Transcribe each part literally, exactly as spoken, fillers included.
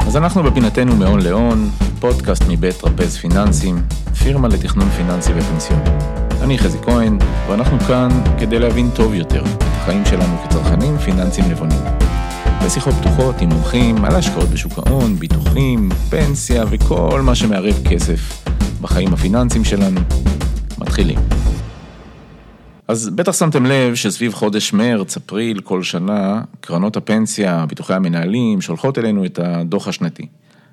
אז אנחנו בפינתנו מהון להון, פודקאסט מבית טרפז פיננסים, פירמה לתכנון פיננסי ופנסיוני. אני חזי כהן, ואנחנו כאן כדי להבין טוב יותר את החיים שלנו כצרכנים פיננסיים נבונים. בשיחות פתוחות עם מומחים על השקעות בשוק ההון, ביטוחים, פנסיה וכל מה שמערב כסף בחיים הפיננסיים שלנו. מתחילים. אז בטח שמתם לב שסביב חודש מרץ, אפריל, כל שנה, קרנות הפנסיה, ביטוחי המנהלים, שולחות אלינו את הדוח השנתי.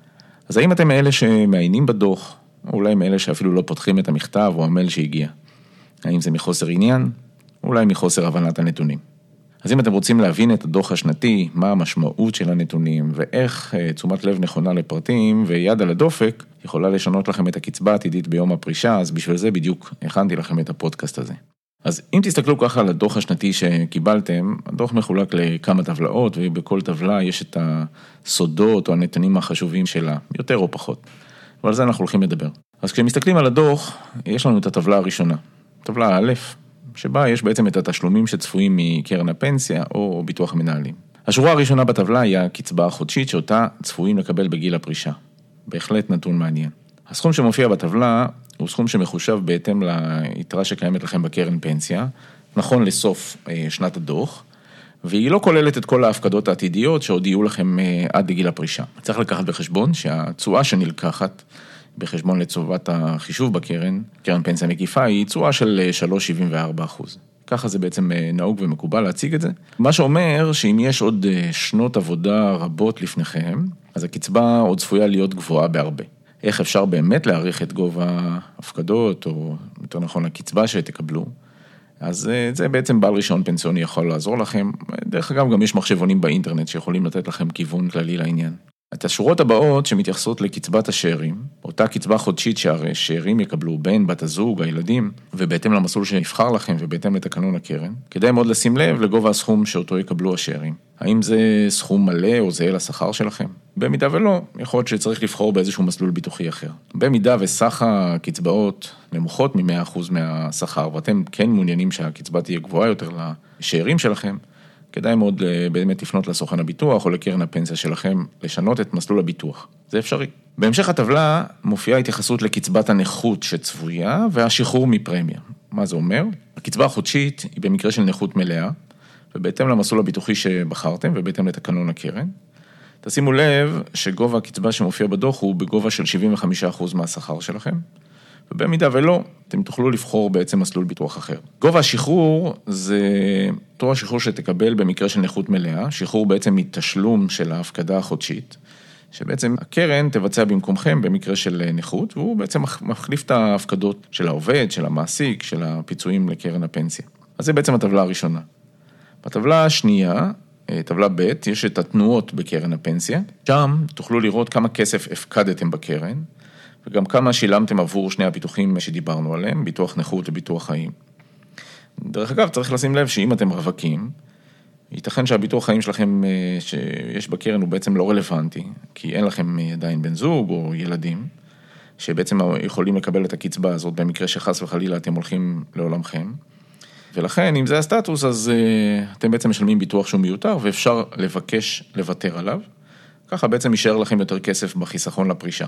אז האם אתם מאלה שמעיינים בדוח, או אולי מאלה שאפילו לא פותחים את המכתב או המייל שהגיע? האם זה מחוסר עניין? או אולי מחוסר הבנת הנתונים? אז אם אתם רוצים להבין את הדוח השנתי, מה המשמעות של הנתונים, ואיך תשומת לב נכונה לפרטים ויד על הדופק, יכולה לשנות לכם את הקצבה העתידית ביום הפרישה, אז בשביל זה בדיוק הכנתי לכם את הפודקאסט הזה. אז אם תסתכלו ככה על הדוח השנתי שקיבלתם, הדוח מחולק לכמה טבלאות, ובכל טבלה יש את הסודות או הנתונים החשובים שלה, יותר או פחות. ועל זה אנחנו הולכים לדבר. אז כשמסתכלים על הדוח, יש לנו את הטבלה הראשונה. טבלה א', שבה יש בעצם את התשלומים שצפויים מקרן הפנסיה או ביטוח המנהלים. השורה הראשונה בטבלה היא הקצבה החודשית שאותה צפויים לקבל בגיל הפרישה. בהחלט נתון מעניין. הסכום שמופיע בטבלה הוא סכום שמחושב בהתאם ליתרה שקיימת לכם בקרן פנסיה, נכון לסוף שנת הדוח, והיא לא כוללת את כל ההפקדות העתידיות שעוד יהיו לכם עד לגיל הפרישה. צריך לקחת בחשבון שהתשואה שנלקחת בחשבון לטובת החישוב בקרן, קרן פנסיה מקיפה, היא תשואה של שלוש נקודה שבעים וארבע אחוז. ככה זה בעצם נהוג ומקובל להציג את זה. מה שאומר שאם יש עוד שנות עבודה רבות לפניכם, אז הקצבה עוד צפויה להיות גבוהה בהרבה. איך אפשר באמת להעריך את גובה ההפקדות, או יותר נכון הקצבה שתקבלו? אז זה בעצם בעל רישיון פנסיוני יכול לעזור לכם. דרך אגב, גם יש מחשבונים באינטרנט שיכולים לתת לכם כיוון כללי לעניין. את השורות הבאות שמתייחסות לקצבת השארים, אותה קצבה חודשית שהשארים יקבלו בין בת הזוג, הילדים, ובהתאם למסלול שנבחר לכם ובהתאם לתקנון הקרן, כדאי מאוד לשים לב לגובה הסכום שאותו יקבלו השארים. האם זה סכום מלא או זהה לשכר שלכם? במידה ולא, יכול להיות שצריך לבחור באיזשהו מסלול ביטוחי אחר. במידה וסך הקצבאות נמוכות מ-מאה אחוז מהשכר, ואתם כן מעוניינים שהקצבה תהיה גבוהה יותר לשארים שלכם, כדאי מאוד באמת לפנות לסוכן הביטוח או לקרן הפנסיה שלכם, לשנות את מסלול הביטוח. זה אפשרי. בהמשך הטבלה מופיעה התייחסות לקצבת הנכות שצפויה והשחרור מפרמיה. מה זה אומר? הקצבה החודשית היא במקרה של נכות מלאה, ובהתאם למסלול הביטוחי שבחרתם ובהתאם לתקנון הקרן. תשימו לב שגובה הקצבה שמופיע בדוח הוא בגובה של שבעים וחמישה אחוז מהשכר שלכם, ובמידה ולא, אתם תוכלו לבחור בעצם מסלול ביטוח אחר. גובה השחרור זה אותו השחרור שתקבל במקרה של נכות מלאה, שחרור בעצם מתשלום של ההפקדה החודשית, שבעצם הקרן תבצע במקומכם במקרה של נכות, והוא בעצם מחליף את ההפקדות של העובד, של המעסיק, של הפיצויים לקרן הפנסיה. אז זה בעצם הטבלה הראשונה. בטבלה השנייה, טבלה ב', יש את התנועות בקרן הפנסיה. שם תוכלו לראות כמה כסף הפקדתם בקרן, וגם כמה שילמתם עבור שני הביטוחים שדיברנו עליהם, ביטוח נכות וביטוח חיים. דרך אגב, צריך לשים לב שאם אתם רווקים, ייתכן שהביטוח חיים שלכם שיש בקרן הוא בעצם לא רלוונטי, כי אין לכם עדיין בן זוג או ילדים, שבעצם יכולים לקבל את הקצבה הזאת במקרה שחס וחלילה אתם הולכים לעולמכם. ולכן, אם זה הסטטוס, אז אתם בעצם משלמים ביטוח שהוא מיותר, ואפשר לבקש לוותר עליו. ככה בעצם יישאר לכם יותר כסף בחיסכון לפרישה.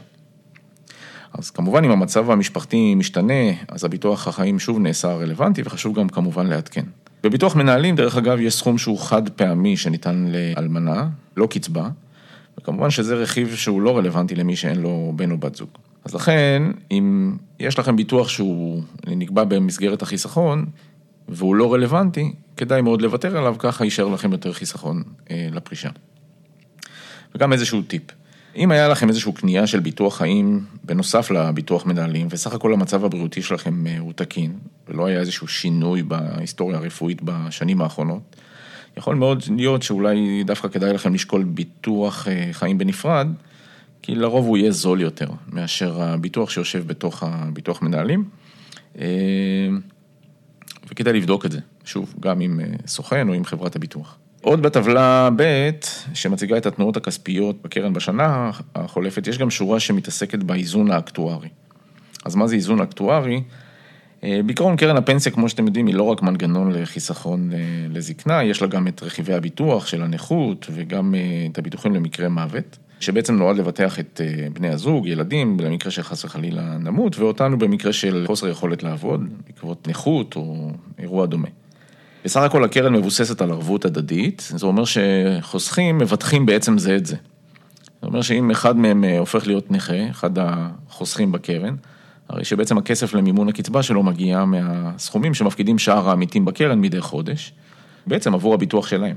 אז כמובן, אם המצב המשפחתי משתנה, אז הביטוח החיים שוב נעשה רלוונטי, וחשוב גם כמובן לעדכן. בביטוח מנהלים, דרך אגב, יש סכום שהוא חד פעמי שניתן לאלמנה, לא קצבה, וכמובן שזה רכיב שהוא לא רלוונטי למי שאין לו בן או בת זוג. אז לכן, אם יש לכם ביטוח שהוא נקבע במסגרת החיסכון, והוא לא רלוונטי, כדאי מאוד לוותר עליו, ככה יישאר לכם יותר חיסכון אה, לפרישה. וגם איזשהו טיפ. אם היה לכם איזשהו קנייה של ביטוח חיים, בנוסף לביטוח מנהלים, וסך הכל המצב הבריאותי שלכם הוא תקין, ולא היה איזשהו שינוי בהיסטוריה הרפואית בשנים האחרונות, יכול מאוד להיות שאולי דווקא כדאי לכם לשקול ביטוח חיים בנפרד, כי לרוב הוא יהיה זול יותר, מאשר הביטוח שיושב בתוך הביטוח מנהלים, וכדאי לבדוק את זה, שוב, גם עם סוכן או עם חברת הביטוח. עוד בטבלה ב' שמציגה את התנועות הכספיות בקרן בשנה החולפת, יש גם שורה שמתעסקת באיזון האקטוארי. אז מה זה איזון אקטוארי? בעיקרון קרן הפנסיה, כמו שאתם יודעים, היא לא רק מנגנון לחיסכון לזקנה, יש לה גם את רכיבי הביטוח של הנכות, וגם את הביטוחים למקרה מוות. שבעצם נועד לבטח את בני הזוג, ילדים, במקרה שחס וחלילה נמות, ואותנו במקרה של חוסר יכולת לעבוד, בעקבות נכות או אירוע דומה. בסך הכל הקרן מבוססת על ערבות הדדית, זה אומר שחוסכים מבטחים בעצם זה את זה. זה אומר שאם אחד מהם הופך להיות נכה, אחד החוסכים בקרן, הרי שבעצם הכסף למימון הקצבה שלו מגיע מהסכומים שמפקידים שאר העמיתים בקרן מדי חודש, בעצם עבור הביטוח שלהם.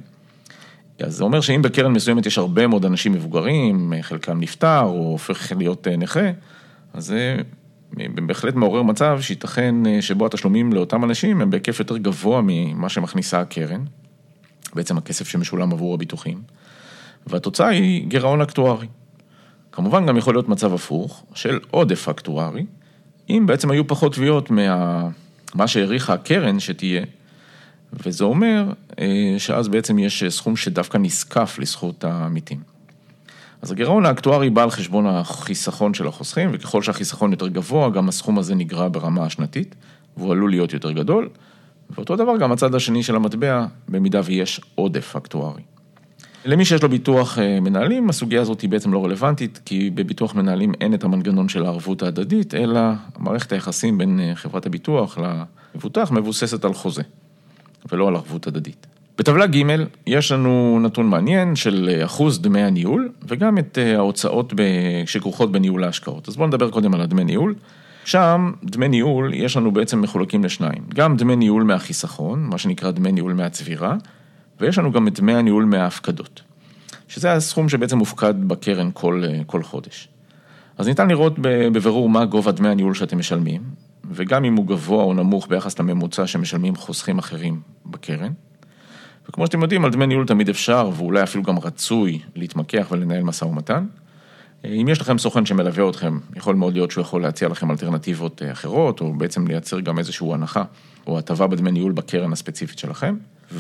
אז זה אומר שאם בקרן מסוימת יש הרבה מאוד אנשים מבוגרים, חלקם נפטר או הופך להיות נכה, אז זה בהחלט מעורר מצב שייתכן שבו התשלומים לאותם אנשים הם בהיקף יותר גבוה ממה שמכניסה הקרן, בעצם הכסף שמשולם עבור הביטוחים, והתוצאה היא גירעון אקטוארי. כמובן גם יכול להיות מצב הפוך של עודף אקטוארי, אם בעצם היו פחות תביעות מה מה שהעריכה הקרן שתהיה, וזה אומר שאז בעצם יש סכום שדווקא נזקף לזכות העמיתים. אז הגירעון האקטוארי בא על חשבון החיסכון של החוסכים, וככל שהחיסכון יותר גבוה, גם הסכום הזה נגרע ברמה השנתית, והוא עלול להיות יותר גדול, ואותו דבר גם הצד השני של המטבע, במידה ויש עודף אקטוארי. למי שיש לו ביטוח מנהלים, הסוגיה הזאת היא בעצם לא רלוונטית, כי בביטוח מנהלים אין את המנגנון של הערבות ההדדית, אלא מערכת היחסים בין חברת הביטוח למבוטח מבוססת על חוזה, ולא על ערבות הדדית. בטבלה ג' יש לנו נתון מעניין של אחוז דמי הניהול, וגם את ההוצאות שכרוכות בניהול ההשקעות. אז בואו נדבר קודם על הדמי ניהול. שם דמי ניהול יש לנו בעצם מחולקים לשניים. גם דמי ניהול מהחיסכון, מה שנקרא דמי ניהול מהצבירה, ויש לנו גם את דמי הניהול מההפקדות, שזה הסכום שבעצם מופקד בקרן כל, כל חודש. אז ניתן לראות בבירור מה גובה דמי הניהול שאתם משלמים, וגם אם הוא גבוה או נמוך ביחס לממוצע שמשלמים חוסכים אחרים בקרן. וכמו שאתם יודעים, על דמי ניהול תמיד אפשר, ואולי אפילו גם רצוי להתמקח ולנהל משא ומתן. אם יש לכם סוכן שמלווה אתכם, יכול מאוד להיות שהוא יכול להציע לכם אלטרנטיבות אחרות, או בעצם לייצר גם איזשהו הנחה, או הטבה בדמי ניהול בקרן הספציפית שלכם.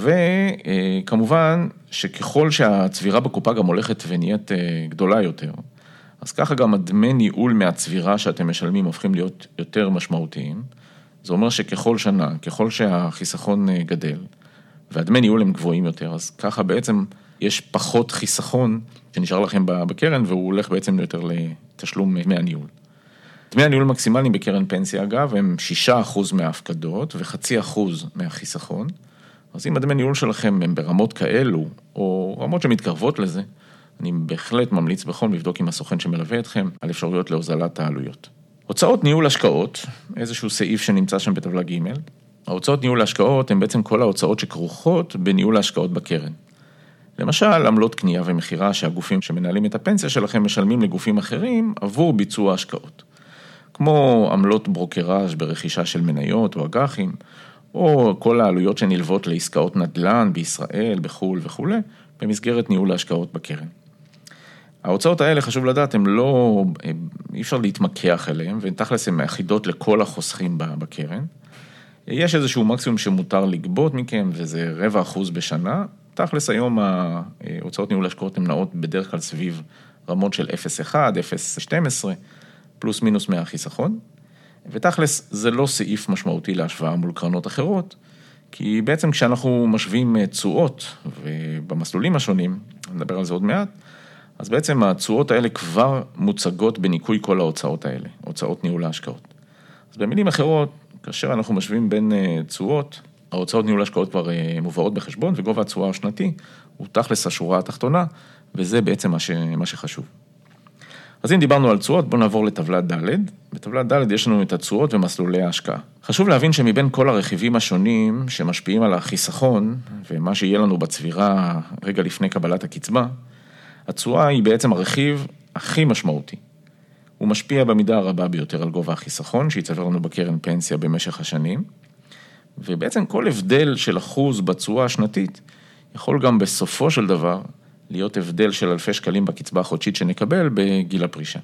וכמובן שככל שהצבירה בקופה גם הולכת ונהיית גדולה יותר, אז ככה גם הדמי ניהול מהצבירה שאתם משלמים הופכים להיות יותר משמעותיים. זה אומר שככל שנה, ככל שהחיסכון גדל, והדמי ניהול הם גבוהים יותר, אז ככה בעצם יש פחות חיסכון שנשאר לכם בקרן, והוא הולך בעצם יותר לתשלום דמי הניהול. דמי הניהול מקסימליים בקרן פנסיה, אגב, הם שישה אחוז מההפקדות וחצי אחוז מהחיסכון. אז אם הדמי ניהול שלכם הם ברמות כאלו, או רמות שמתקרבות לזה, אני בהחלט ממליץ בכל לבדוק עם הסוכן שמלווה אתכם על אפשרויות להוזלת העלויות. הוצאות ניהול השקעות, איזשהו סעיף שנמצא שם בטבלה ג', ההוצאות ניהול ההשקעות הן בעצם כל ההוצאות שכרוכות בניהול ההשקעות בקרן. למשל, עמלות קנייה ומחירה שהגופים שמנהלים את הפנסיה שלכם משלמים לגופים אחרים עבור ביצוע השקעות. כמו עמלות ברוקראז' ברכישה של מניות או אג"חים, או כל העלויות שנלוות לעסקאות נדל"ן בישראל, בחול וכו', במסגרת ניהול ההשקעות בקרן. ההוצאות האלה, חשוב לדעת, הן לא, אי אפשר להתמקח עליהן, והן תכלס הן אחידות לכל החוסכים בקרן. יש איזשהו מקסימום שמותר לגבות מכם, וזה רבע אחוז בשנה. תכלס היום ההוצאות ניהול השקעות הן נעות בדרך כלל סביב רמות של אפס נקודה אחת, אפס נקודה שתים עשרה, פלוס מינוס מהחיסכון. ותכלס זה לא סעיף משמעותי להשוואה מול קרנות אחרות, כי בעצם כשאנחנו משווים תשואות, ובמסלולים השונים, נדבר על זה עוד מעט, אז בעצם התשואות האלה כבר מוצגות בניקוי כל ההוצאות האלה, הוצאות ניהול ההשקעות. אז במילים אחרות, כאשר אנחנו משווים בין תשואות, ההוצאות ניהול ההשקעות כבר מובאות בחשבון, וגובה התשואה השנתי הוא תכלס השורה התחתונה, וזה בעצם מה, ש... מה שחשוב. אז אם דיברנו על תשואות, בואו נעבור לטבלה ד'. בטבלה ד' יש לנו את התשואות ומסלולי ההשקעה. חשוב להבין שמבין כל הרכיבים השונים שמשפיעים על החיסכון, ומה שיהיה לנו בצבירה רגע לפני קבלת הקצבה, התשואה היא בעצם הרכיב הכי משמעותי. הוא משפיע במידה הרבה ביותר על גובה החיסכון, שיצבר לנו בקרן פנסיה במשך השנים, ובעצם כל הבדל של אחוז בתשואה השנתית, יכול גם בסופו של דבר להיות הבדל של אלפי שקלים בקצבה החודשית שנקבל בגיל הפרישה.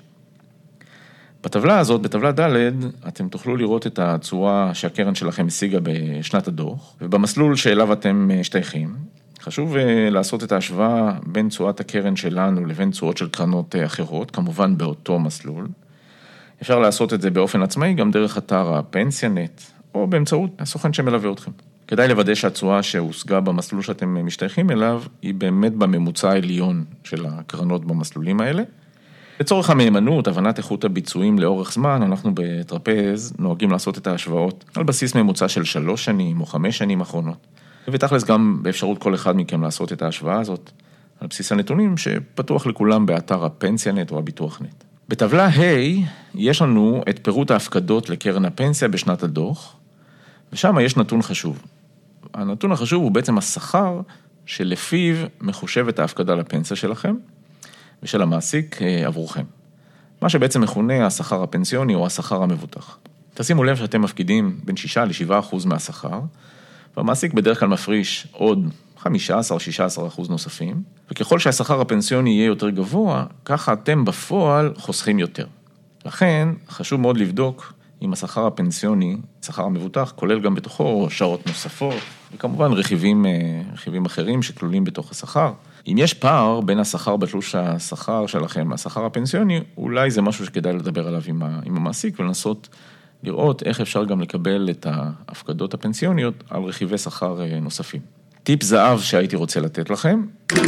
בטבלה הזאת, בטבלה ד', אתם תוכלו לראות את התשואה שהקרן שלכם השיגה בשנת הדוח, ובמסלול שאליו אתם משתייכים, חשוב לעשות את ההשוואה בין תשואת הקרן שלנו לבין תשואות של קרנות אחרות, כמובן באותו מסלול. אפשר לעשות את זה באופן עצמאי, גם דרך אתר הפנסיונט, או באמצעות הסוכן שמלווה אתכם. כדאי לוודא שהתשואה שהושגה במסלול שאתם משתייכים אליו, היא באמת בממוצע העליון של הקרנות במסלולים האלה. לצורך המהימנות, הבנת איכות הביצועים לאורך זמן, אנחנו בטרפז נוהגים לעשות את ההשוואות על בסיס ממוצע של שלוש שנים או חמש שנים אחרונות. ותכלס גם באפשרות כל אחד מכם לעשות את ההשוואה הזאת, על בסיס הנתונים שפתוח לכולם באתר הפנסיונט או הביטוח נט. בטבלה ה' יש לנו את פירוט ההפקדות לקרן הפנסיה בשנת הדוח, ושם יש נתון חשוב. הנתון החשוב הוא בעצם השכר שלפיו מחושבת ההפקדה לפנסיה שלכם, ושל המעסיק עבורכם. מה שבעצם מכונה השכר הפנסיוני או השכר המבוטח. תשימו לב שאתם מפקידים בין שישה לשבעה אחוז מהשכר, והמעסיק בדרך כלל מפריש עוד חמישה עשר שישה עשר אחוז נוספים, וככל שהשכר הפנסיוני יהיה יותר גבוה, ככה אתם בפועל חוסכים יותר. לכן חשוב מאוד לבדוק אם השכר הפנסיוני, השכר המבוטח, כולל גם בתוכו שעות נוספות, וכמובן רכיבים, רכיבים אחרים שכלולים בתוך השכר. אם יש פער בין השכר בתלוש השכר שלכם, השכר הפנסיוני, אולי זה משהו שכדאי לדבר עליו עם, עם המעסיק, ולנסות לראות איך אפשר גם לקבל את ההפקדות הפנסיוניות על רכיבי שכר נוספים. טיפ זהב שהייתי רוצה לתת לכם,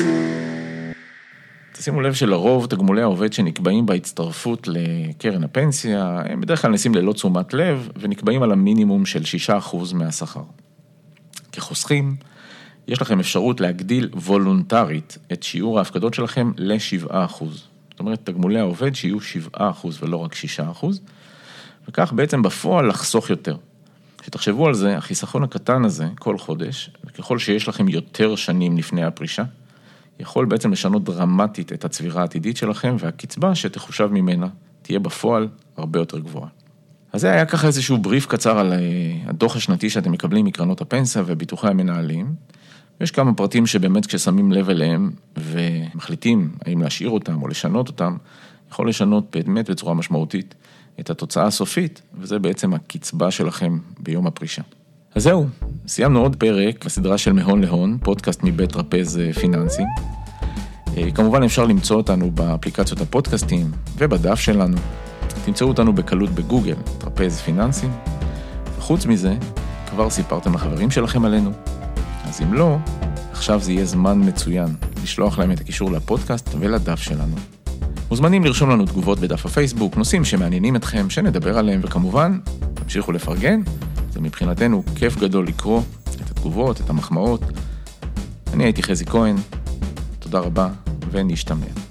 תשימו לב שלרוב תגמולי העובד שנקבעים בהצטרפות לקרן הפנסיה, הם בדרך כלל נשים ללא תשומת לב, ונקבעים על המינימום של שישה אחוז מהשכר. כחוסכים, יש לכם אפשרות להגדיל וולונטרית את שיעור ההפקדות שלכם ל-שבעה אחוז. זאת אומרת, תגמולי העובד שיהיו שבעה אחוז ולא רק שישה אחוז, וכך בעצם בפועל לחסוך יותר. כשתחשבו על זה, החיסכון הקטן הזה כל חודש, וככל שיש לכם יותר שנים לפני הפרישה, יכול בעצם לשנות דרמטית את הצבירה העתידית שלכם, והקצבה שתחושב ממנה תהיה בפועל הרבה יותר גבוהה. אז זה היה ככה איזשהו בריף קצר על הדוח השנתי שאתם מקבלים מקרנות הפנסיה וביטוחי המנהלים. יש כמה פרטים שבאמת כששמים לב אליהם ומחליטים האם להשאיר אותם או לשנות אותם, יכול לשנות באמת בצורה משמעותית את התוצאה הסופית, וזה בעצם הקצבה שלכם ביום הפרישה. אז זהו, סיימנו עוד פרק בסדרה של מהון להון, פודקאסט מבית טרפז פיננסים. כמובן אפשר למצוא אותנו באפליקציות הפודקאסטים ובדף שלנו. תמצאו אותנו בקלות בגוגל, טרפז פיננסים. וחוץ מזה, כבר סיפרתם לחברים שלכם עלינו. אז אם לא, עכשיו זה יהיה זמן מצוין לשלוח להם את הקישור לפודקאסט ולדף שלנו. מוזמנים לרשום לנו תגובות בדף הפייסבוק, נושאים שמעניינים אתכם, שנדבר עליהם, וכמובן, תמשיכו לפרגן. זה מבחינתנו כיף גדול לקרוא את התגובות, את המחמאות. אני הייתי חזי כהן, תודה רבה ונשתמע.